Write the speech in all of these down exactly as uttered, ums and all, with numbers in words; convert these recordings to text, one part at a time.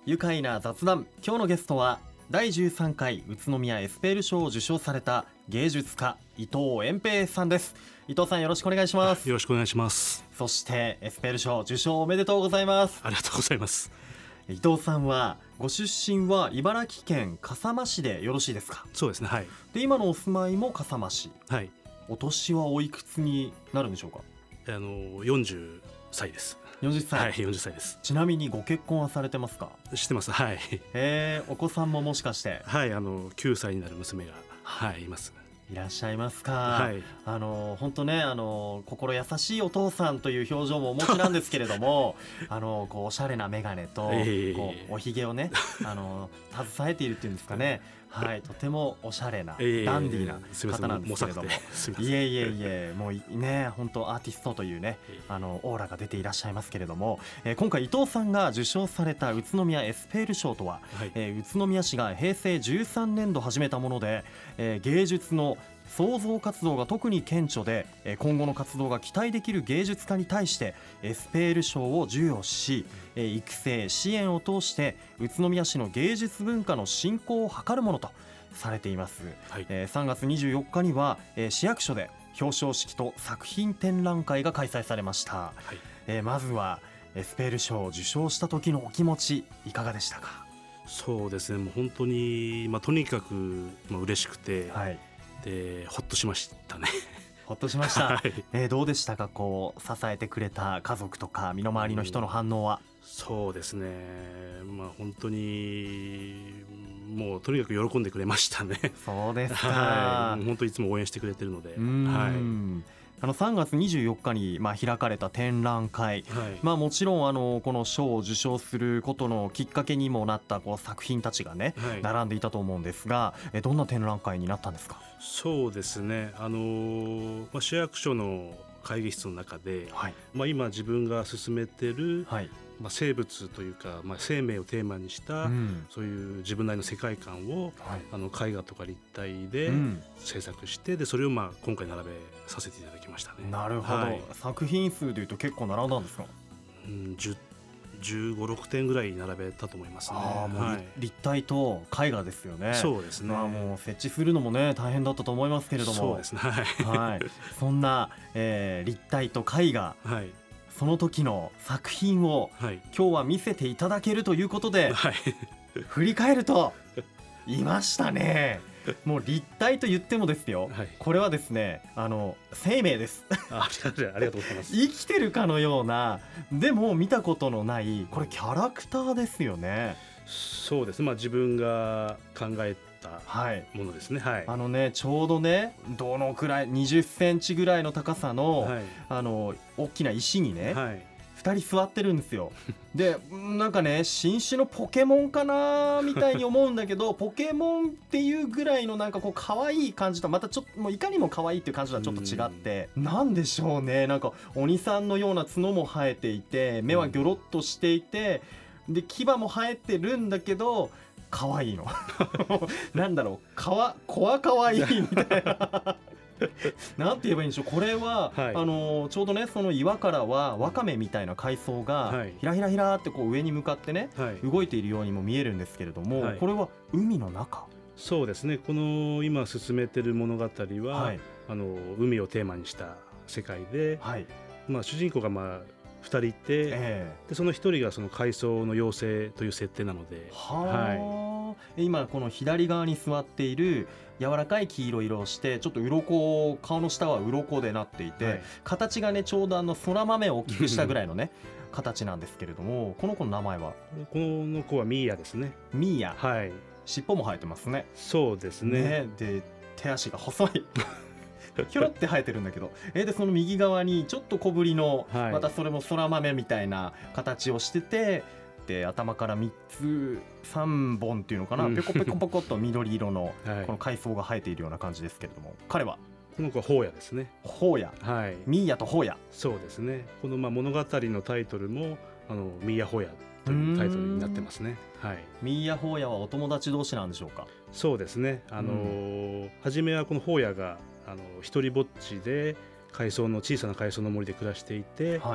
愉快な雑談。今日のゲストはだいじゅうさんかい宇都宮エスペール賞を受賞された芸術家伊藤円平さんです。伊藤さん、よろしくお願いします。 よろしくお願いします。 そしてエスペール賞受賞おめでとうございます。 ありがとうございます。 伊藤さんはご出身は茨城県笠間市でよろしいですか？ そうですね、はい。 で今のお住まいも笠間市。 はい。 お年はおいくつになるんでしょうか？ あのよんじゅっさいです。 よんじゅっさい、 はい、よんじゅっさいです。 ちなみにご結婚はされてますか？ してます。はい。 えー、お子さんももしかして？ はい、あのきゅうさいになる娘が、はい、います。 いらっしゃいますか？ はい。 あの本当ね、あの心優しいお父さんという表情もお持ちなんですけれどもあのこうおしゃれな眼鏡と、 えー、 こうおひげをねあの携えているっていうんですかねはい、とてもおしゃれな、えー、ダンディーな方なんですけれども、いえいえいえ、もうね本当アーティストというね、あのオーラが出ていらっしゃいますけれども、えー、今回伊藤さんが受賞された宇都宮エスペール賞とは、はい、えー、宇都宮市がへいせいじゅうさんねんど始めたもので、えー、芸術の創造活動が特に顕著で、今後の活動が期待できる芸術家に対してエスペール賞を授与し、育成支援を通して宇都宮市の芸術文化の振興を図るものとされています。はい、さんがつにじゅうよっかには市役所で表彰式と作品展覧会が開催されました。はい、まずはエスペール賞を受賞した時のお気持ちいかがでしたか？ そうですね、もう本当に、まあ、とにかく、まあ、嬉しくて、はい、でほっとしましたね。 ほっとしました。はい、えー、どうでしたか？こう支えてくれた家族とか身の回りの人の反応は？ うん、そうですね、まあ、本当にもうとにかく喜んでくれましたね。 そうですか。 はい、本当にいつも応援してくれてるので。うん、はい、 あのさんがつにじゅうよっかにまあ開かれた展覧会、はい、まあ、もちろんあのこの賞を受賞することのきっかけにもなったこう作品たちがね、はい、並んでいたと思うんですが、えどんな展覧会になったんですか？ そうですね、あのーまあ、市役所の会議室の中で、はい、まあ、今自分が進めてる、はい、まあ、生物というか、まあ、生命をテーマにした、うん、そういう自分なりの世界観を、はい、あの絵画とか立体で制作して、うん、でそれをまあ今回並べさせていただきましたね。 なるほど、はい、作品数でいうと結構並んだんですか？ うん、じゅう、じゅうご、ろくてんぐらい並べたと思いますね。 あ、もう、はい、立体と絵画ですよね。 そうですね、 まあ、もう設置するのもね大変だったと思いますけれども。 そうですね、はいはい、そんな、えー、立体と絵画、はい、その時の作品を、はい、今日は見せていただけるということで、はい、振り返るといましたね。もう立体と言ってもですよ、はい、これはですね、あの生命です。 ありがとうございます。 生きてるかのような、でも見たことのないこれキャラクターですよね。 そうです、まあ、自分が考えたものですね。はい、あのね、ちょうどね、どのくらいにじゅっセンチぐらいの高さの、はい、あの大きな石にね、はい、ふたり座ってるんですよ。でなんかね、新種のポケモンかなみたいに思うんだけどポケモンっていうぐらいのなんかこう可愛い感じとまたちょっともういかにも可愛いっていう感じとはちょっと違って、なんでしょうね、なんか鬼さんのような角も生えていて、目はギョロッとしていて、で牙も生えてるんだけど可愛いの。なんだろう、かわこわかわいいみたいな。なんて言えばいいんでしょう。これは、はい、あのちょうどね、その岩からはワカメみたいな海藻が、はい、ひらひらひらってこう上に向かってね、はい、動いているようにも見えるんですけれども、はい、これは海の中？ そうですね、この今進めてる物語は、はい、あの海をテーマにした世界で、はい、まあ、主人公がまあふたりいて、えー、でそのひとりがその海藻の妖精という設定なので、 は、はい、今この左側に座っている柔らかい黄色色をしてちょっと鱗、顔の下は鱗でなっていて、はい、形がねちょうどあの空豆を大きくしたぐらいのね形なんですけれども、この子の名前は？ この子はミーヤですね。 ミーヤ、 はい、 尻尾も生えてますね。 そうです ね, ねで手足が細い。ひょろって生えてるんだけど、えー、でその右側にちょっと小ぶりの、はい、またそれも空豆みたいな形をしてて、で頭からみっつさんぼんっていうのかな、うん、ペコペコペコっと緑色のこの海藻が生えているような感じですけれども、はい、彼はこの子はホーヤですね。 ホーヤ、はい、ミーヤとホーヤ。 そうですね、このまあ物語のタイトルもあのミーヤホーヤというタイトルになってますね。はい、 ミーヤホーヤはお友達同士なんでしょうか？ そうですね、あのー、初めはこのホーヤがあの一人ぼっちで海藻の小さな海藻の森で暮らしていて、はい、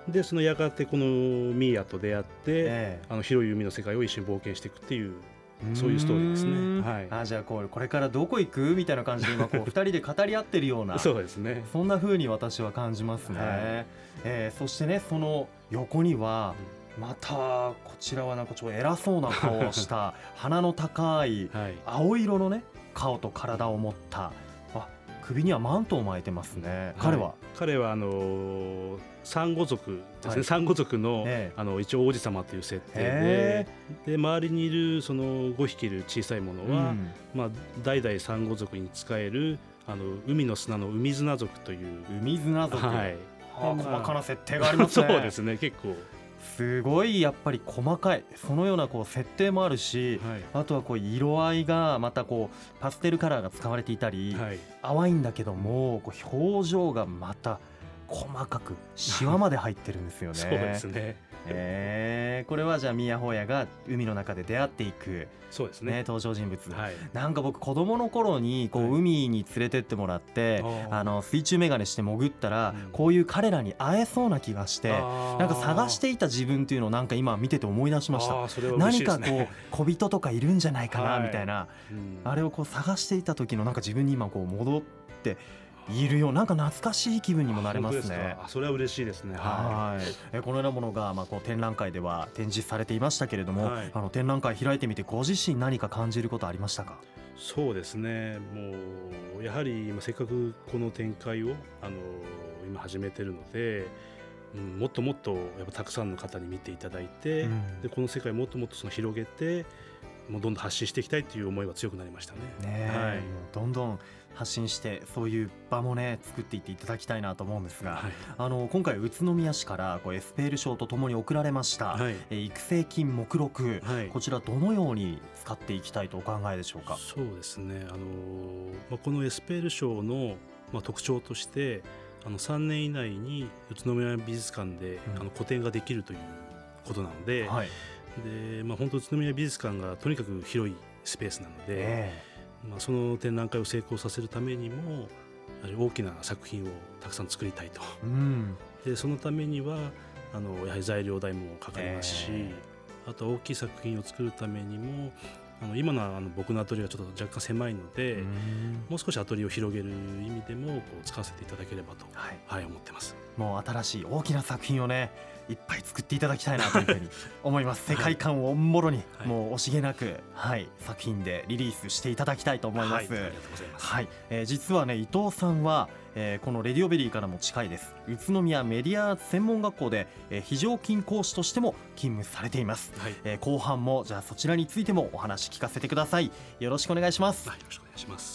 でそのやがてこのミーヤと出会って、えー、あの広い海の世界を一緒に冒険していくっていうそういうストーリーですね。はい、 あじゃあこうこれからどこ行くみたいな感じで今こうふたりで語り合ってるようなそうですね。 そんな風に私は感じますね。はい、えー、そしてねその横にはまたこちらはなんかちょっと偉そうな顔をした鼻の高い青色のね顔と体を持った首にはマントを巻いてますね。はい、彼は彼はあのー、サンゴ族ですね。はい、サンゴ族の、えー、あの一応王子様という設定で、で周りにいるそのごひきいる小さいものは、うん、まあ代々サンゴ族に仕えるあの海の砂のウミズナ族というウミズナ族、はい、はあ、細かな設定がありますね。 そうですね。結構すごいやっぱり細かいそのようなこう設定もあるし、はい、あとはこう色合いがまたこうパステルカラーが使われていたり、はい、淡いんだけどもこう表情がまた細かくシワまで入ってるんですよね。 そうですね。 えー、これはじゃあミヤホヤが海の中で出会っていくそうですね、 ね、登場人物、はい、なんか僕子供の頃にこう海に連れてってもらって、はい、あの水中メガネして潜ったら、うん、こういう彼らに会えそうな気がしてなんか探していた自分っていうのをなんか今見てて思い出しました。 あそれは嬉しいですね。 何かこう小人とかいるんじゃないかなみたいな、はいうん、あれをこう探していた時のなんか自分に今こう戻っているようなんか懐かしい気分にもなれますね。 あそれは嬉しいですね。 はい、えこのようなものがまあこう展覧会では展示されていましたけれども、はい、あの展覧会開いてみてご自身何か感じることありましたか？ そうですね。もうやはりせっかくこの展開をあの今始めてるので、うん、もっともっとやっぱたくさんの方に見ていただいて、うん、でこの世界をもっともっとその広げてもうどんどん発信していきたいという思いは強くなりましたね。 ね、はい、もうどんどん発信してそういう場もね作っていっていただきたいなと思うんですが、はい、あの今回宇都宮市からこうエスペール賞とともに贈られました、はい、え育成金目録、はい、こちらどのように使っていきたいとお考えでしょうか？ そうですね、あのまあ、このエスペール賞の、まあ、特徴としてあのさんねん以内に宇都宮美術館で、うん、あの個展ができるということなので、はいでまあ、本当宇都宮美術館がとにかく広いスペースなので、えーまあ、その展覧会を成功させるためにも大きな作品をたくさん作りたいと、うん、でそのためにはあのやはり材料代もかかりますし、えー、あと大きい作品を作るためにもあの今のあの僕のアトリエはちょっと若干狭いので、うん、もう少しアトリエを広げる意味でもこう使わせていただければと、はいはい、思ってます。 もう新しい大きな作品をねいっぱい作っていただきたいなというふうに思います。世界観をもろに、はい、もう惜しげなく、はい、作品でリリースしていただきたいと思います。はい、ありがとうございます。はい、えー、実はね伊藤さんは、えー、このレディオベリーからも近いです宇都宮メディアアーツ専門学校で、えー、非常勤講師としても勤務されています。はい、えー、後半もじゃあそちらについてもお話聞かせてください。よろしくお願いします。 はい、よろしくお願いします。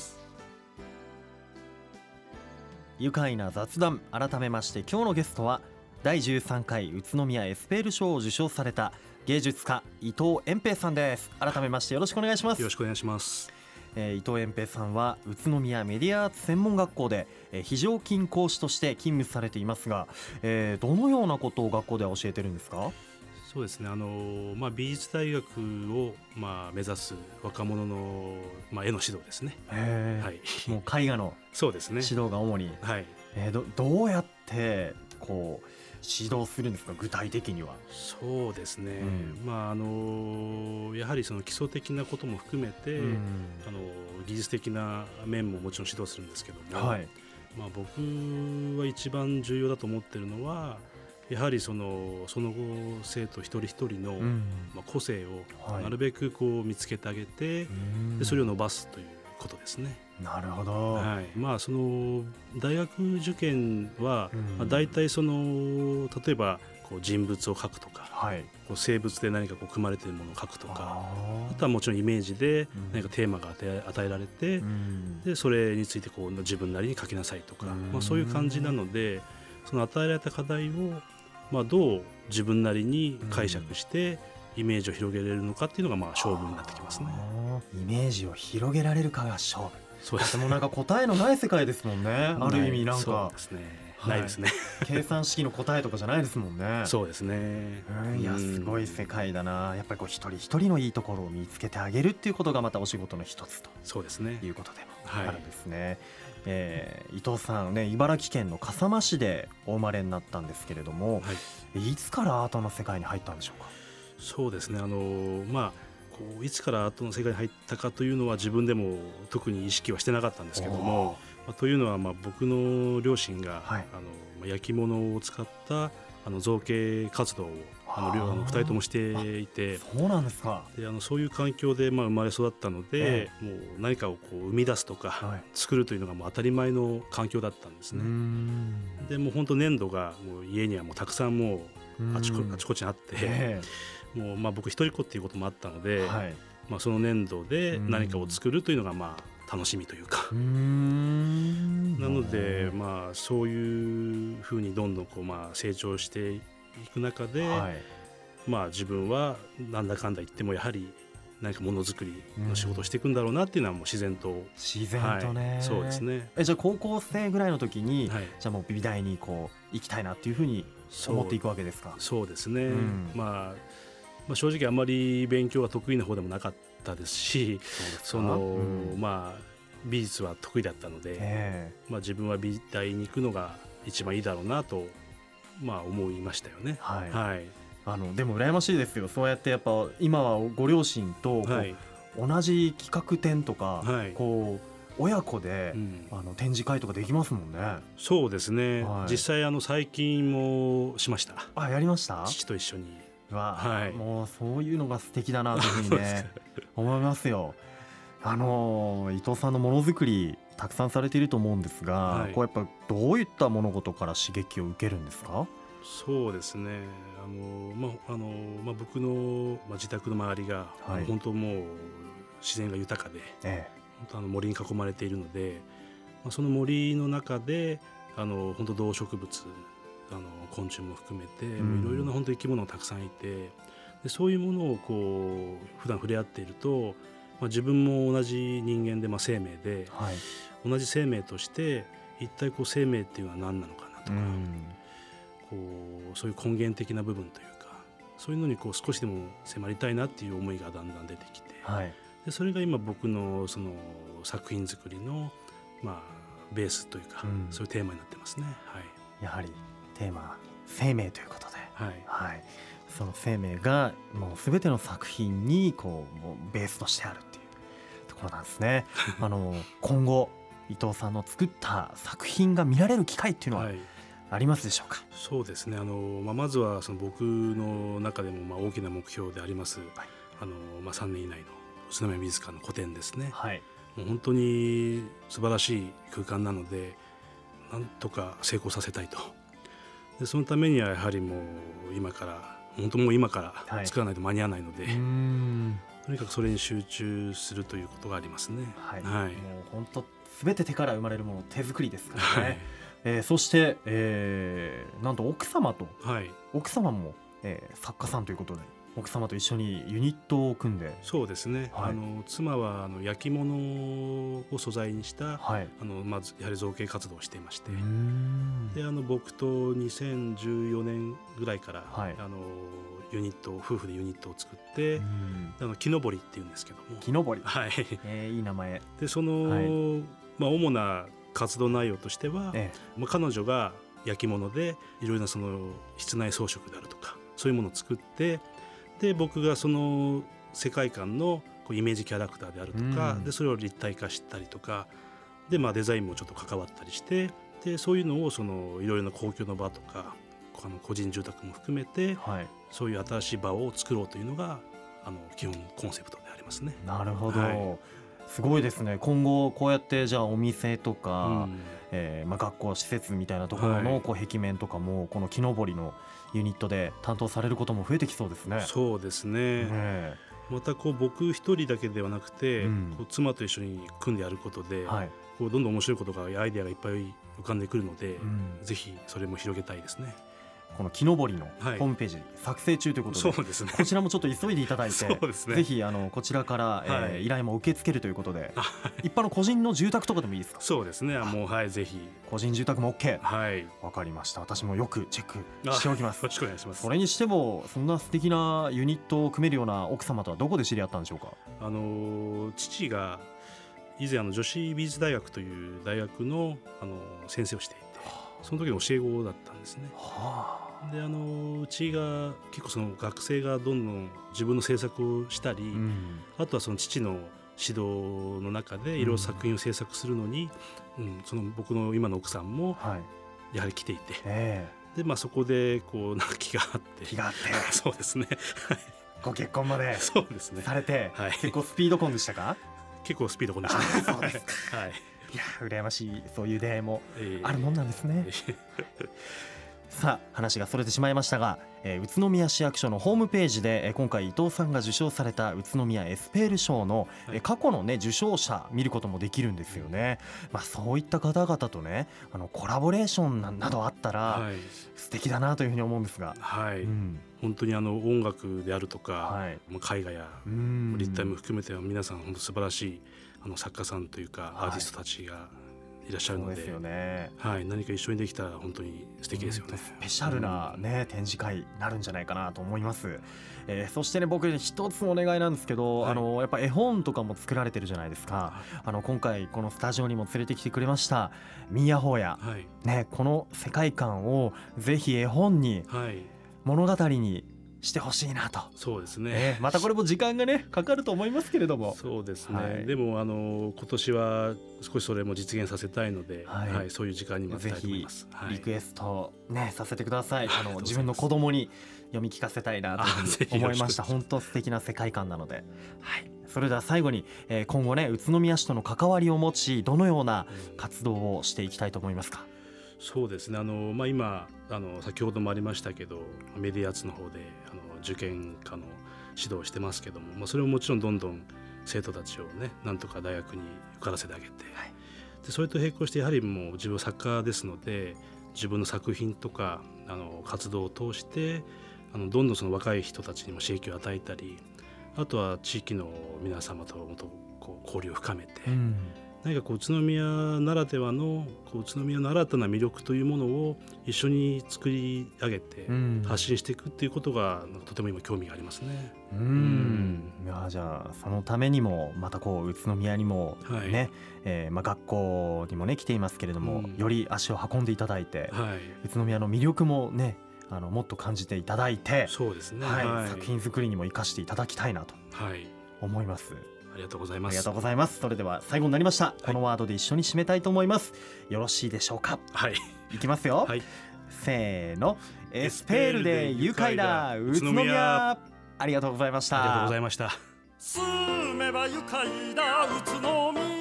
愉快な雑談、改めまして今日のゲストはだいじゅうさんかい宇都宮エスペール賞を受賞された芸術家伊藤円平さんです。改めましてよろしくお願いします。 よろしくお願いします。 えー、伊藤円平さんは宇都宮メディアアーツ専門学校で、えー、非常勤講師として勤務されていますが、えー、どのようなことを学校では教えてるんですか？ そうですね、あのーまあ、美術大学を、まあ、目指す若者の、まあ、絵の指導ですね。 へー、はい、もう絵画の指導が主に、はい、えー、ど, どうやってこう指導するんですか？具体的には。 そうですね、うん、まああのやはりその基礎的なことも含めて、うん、あの技術的な面ももちろん指導するんですけども、はい、まあ、僕は一番重要だと思っているのはやはりそのその後生徒一人一人の、うん、まあ、個性をなるべくこう見つけてあげて、はい、でそれを伸ばすということですね。 なるほど、 はい、まあ、その大学受験は、うん、まあ、大体その例えばこう人物を描くとか、はい、こう生物で何かこう組まれているものを描くとか、 あ, あとはもちろんイメージで何かテーマが与え、与えられて、うん、でそれについてこう自分なりに描きなさいとか、うん、まあ、そういう感じなのでその与えられた課題を、まあ、どう自分なりに解釈してイメージを広げられるのかっていうのがまあ勝負になってきますね。 イメージを広げられるかが勝負。そうです。もうなんか答えのない世界ですもんね。ある意味なんか、 そうですね、ないですね、 はい、計算式の答えとかじゃないですもんね。 そうですね、 うん、いやすごい世界だな。やっぱりこう一人一人のいいところを見つけてあげるっていうことがまたお仕事の一つとそうですねいうことでもあるんですね、はい。えー、伊藤さんね、茨城県の笠間市でお生まれになったんですけれども、はい、いつからアートの世界に入ったんでしょうか。 そうですね、あのまあこういつからアートの世界に入ったかというのは自分でも特に意識はしてなかったんですけども、まあ、というのはまあ僕の両親が、はい、あの焼き物を使ったあの造形活動をあの両あのふたりともしていて、 そうなんですか。 であのそういう環境でまあ生まれ育ったので、ええ、もう何かをこう生み出すとか、はい、作るというのがもう当たり前の環境だったんですね。でもう本当粘土がもう家にはもうたくさんもうあちこあちこちにあって、ええ、もうまあ僕一人っ子っていうこともあったので、はい、まあ、その粘土で何かを作るというのがまあ楽しみというか、うーん、なのでまあそういうふうにどんどんこうまあ成長していく中で、はい、まあ自分はなんだかんだ言ってもやはり何かものづくりの仕事をしていくんだろうなっていうのはもう自然と自然とね、 はい、そうですね。 えじゃあ高校生ぐらいの時に、はい、じゃあもう美大にこう行きたいなっていうふうに思っていくわけですか。 そう、そうですね、うん、まあ、まあ正直あんまり勉強が得意な方でもなかったですし、その、うん、まあ美術は得意だったので、えーまあ、自分は美大に行くのが一番いいだろうなと、まあ、思いましたよね。はい、はい、 あのでも羨ましいですよ。そうやってやっぱ今はご両親とこう、はい、同じ企画展とか、はい、こう親子で、うん、あの展示会とかできますもんね。 そうですね、はい、実際あの最近もしました。 あ、やりました。 父と一緒には、はい、もうそういうのが素敵だなというふうにね思いますよ。あの伊藤さんのものづくりたくさんされていると思うんですが、はい、こうやっぱどういった物事から刺激を受けるんですか。 そうですね、あの、まああのまあ、僕の、まあ、自宅の周りが、はい、本当もう自然が豊かで、ええ、本当あの森に囲まれているので、まあ、その森の中であの本当動植物、あの昆虫も含めて、うん、いろいろな本当生き物がたくさんいて、でそういうものをこう普段触れ合っていると、まあ、自分も同じ人間で、まあ、生命で、はい、同じ生命として一体こう生命っていうのは何なのかなとか、うん、こうそういう根源的な部分というか、そういうのにこう少しでも迫りたいなっていう思いがだんだん出てきて、はい、でそれが今僕のその作品作りの、まあ、ベースというか、うん、そういうテーマになってますね。はい、 やはりテーマ生命ということで、はいはい、その生命がもう全ての作品にこうもうベースとしてあるっていうところなんですね。あの今後伊藤さんの作った作品が見られる機会っていうのはありますでしょうか。はい、 そうですね、あの、まあ、まずはその僕の中でもまあ大きな目標であります、はい、あのまあ、さんねん以内の宇都宮美術館の個展ですね。はい、もう本当に素晴らしい空間なのでなんとか成功させたいと。でそのためにはやはりもう今から本当もう今から作らないと間に合わないので、はい、うーんとにかくそれに集中するということがありますね。 はい、はい、もう本当全て手から生まれるもの手作りですからね。はい、えー、そして、えー、なんと奥様と、はい、奥様も、えー、作家さんということで奥様と一緒にユニットを組んで。 そうですね、はい、あの妻はあの焼き物を素材にした、はい、あのまずやはり造形活動をしていまして、であの僕とにせんじゅうよねんぐらいから、はい、あのユニット夫婦でユニットを作って、あの木登りっていうんですけども、 木登り、 はい、 えー、いい名前でその、はい、まあ、主な活動内容としては、ええ、まあ、彼女が焼き物でいろいろなその室内装飾であるとかそういうものを作って、で僕がその世界観のこうイメージキャラクターであるとか、うん、でそれを立体化したりとかで、まあ、デザインもちょっと関わったりして、でそういうのをそのいろいろな公共の場とかあの個人住宅も含めて、はい、そういう新しい場を作ろうというのがあの基本コンセプトでありますね。 なるほど、はい、すごいですね。今後こうやってじゃあお店とか、うん、えーまあ、学校施設みたいなところのこう壁面とかもこの木登りのユニットで担当されることも増えてきそうですね。 そうですね、ね、またこう僕一人だけではなくて、うん、こう妻と一緒に組んでやることで、はい、こうどんどん面白いことがアイデアがいっぱい浮かんでくるので、うん、ぜひそれも広げたいですね。 この木登りのホームページ、はい、作成中ということ で, そうです、ね、 こちらもちょっと急いでいただいてそうです、ね、 ぜひあのこちらから、はい、えー、依頼も受け付けるということで、はい、一般の個人の住宅とかでもいいですか。 そうですね、もう、はい、ぜひ個人住宅も OK、 はい、 わかりました。私もよくチェックしておきます。 よろしくお願いします。 それにしてもそんな素敵なユニットを組めるような奥様とはどこで知り合ったんでしょうか。 あの父が以前あの女子美術大学という大学のあの先生をしていて、その時の教え子だったんですね。であのうちが結構その学生がどんどん自分の制作をしたり、うん、あとはその父の指導の中でいろいろ作品を制作するのに、うんうん、その僕の今の奥さんもやはり来ていて、はいえーでまあ、そこでこうなんか気があって気があってそうですねご結婚までそうですねされて、はい、結構スピード婚でしたか？ 結構スピード婚でしたね。 そうですか、はい、いや羨ましい、そういう出会いもあるもんなんですね、えーえーさあ話がそれてしまいましたが、えー、宇都宮市役所のホームページで、えー、今回伊藤さんが受賞された宇都宮エスペール賞の、はい、えー、過去の、ね、受賞者見ることもできるんですよね、まあ、そういった方々とねあのコラボレーション な, などあったら、はい、素敵だなというふうに思うんですが、 はい、うん、本当にあの音楽であるとか、はい、絵画や立体も含めて皆さん本当素晴らしいあの作家さんというかアーティストたちがいらっしゃるの で, そうですよね、 はい、何か一緒にできたら本当に素敵ですよね。 スペシャルな、ね、展示会になるんじゃないかなと思います、えー、そしてね僕一つお願いなんですけど、はい、あのやっぱ絵本とかも作られてるじゃないですか、はい、あの今回このスタジオにも連れてきてくれましたミーヤホーヤ、はいね、この世界観をぜひ絵本に、はい、物語にしてほしいなと。 そうですね、 えー、またこれも時間がねかかると思いますけれども。 そうですね、はい、でもあの今年は少しそれも実現させたいので、はいはい、そういう時間に待ちたいと思います。 ぜひリクエスト、ね、させてください。あの自分の子供に読み聞かせたいなと思いました。本当素敵な世界観なので、はい、それでは最後に、えー、今後ね宇都宮市との関わりを持ちどのような活動をしていきたいと思いますか？ そうですね、あの、まあ、今あの先ほどもありましたけどメディアアーツの方であの受験科の指導をしてますけども、まあ、それをもちろんどんどん生徒たちをねなんとか大学に受からせてあげて、はい、でそれと並行してやはりもう自分は作家ですので自分の作品とかあの活動を通してあのどんどんその若い人たちにも刺激を与えたり、あとは地域の皆様ともっとこう交流を深めて、うん、何かこう宇都宮ならではのこう宇都宮の新たな魅力というものを一緒に作り上げて発信していくっていうことがとても今興味がありますね。 うん、うん、いやじゃあそのためにもまたこう宇都宮にもね、はい、えーまあ、学校にもね来ていますけれども、うん、より足を運んでいただいて、はい、宇都宮の魅力もねあのもっと感じていただいて、 そうですね、 はいはい、 作品作りにも生かしていただきたいなと思います、はい、 ありがとうございます。 ありがとうございます。それでは最後になりました、はい、このワードで一緒に締めたいと思います。よろしいでしょうか？ はい、 いきますよ、はい、せーの、エスペールで愉快だ宇都宮。ありがとうございました。 ありがとうございました。 住めば愉快だ宇都宮。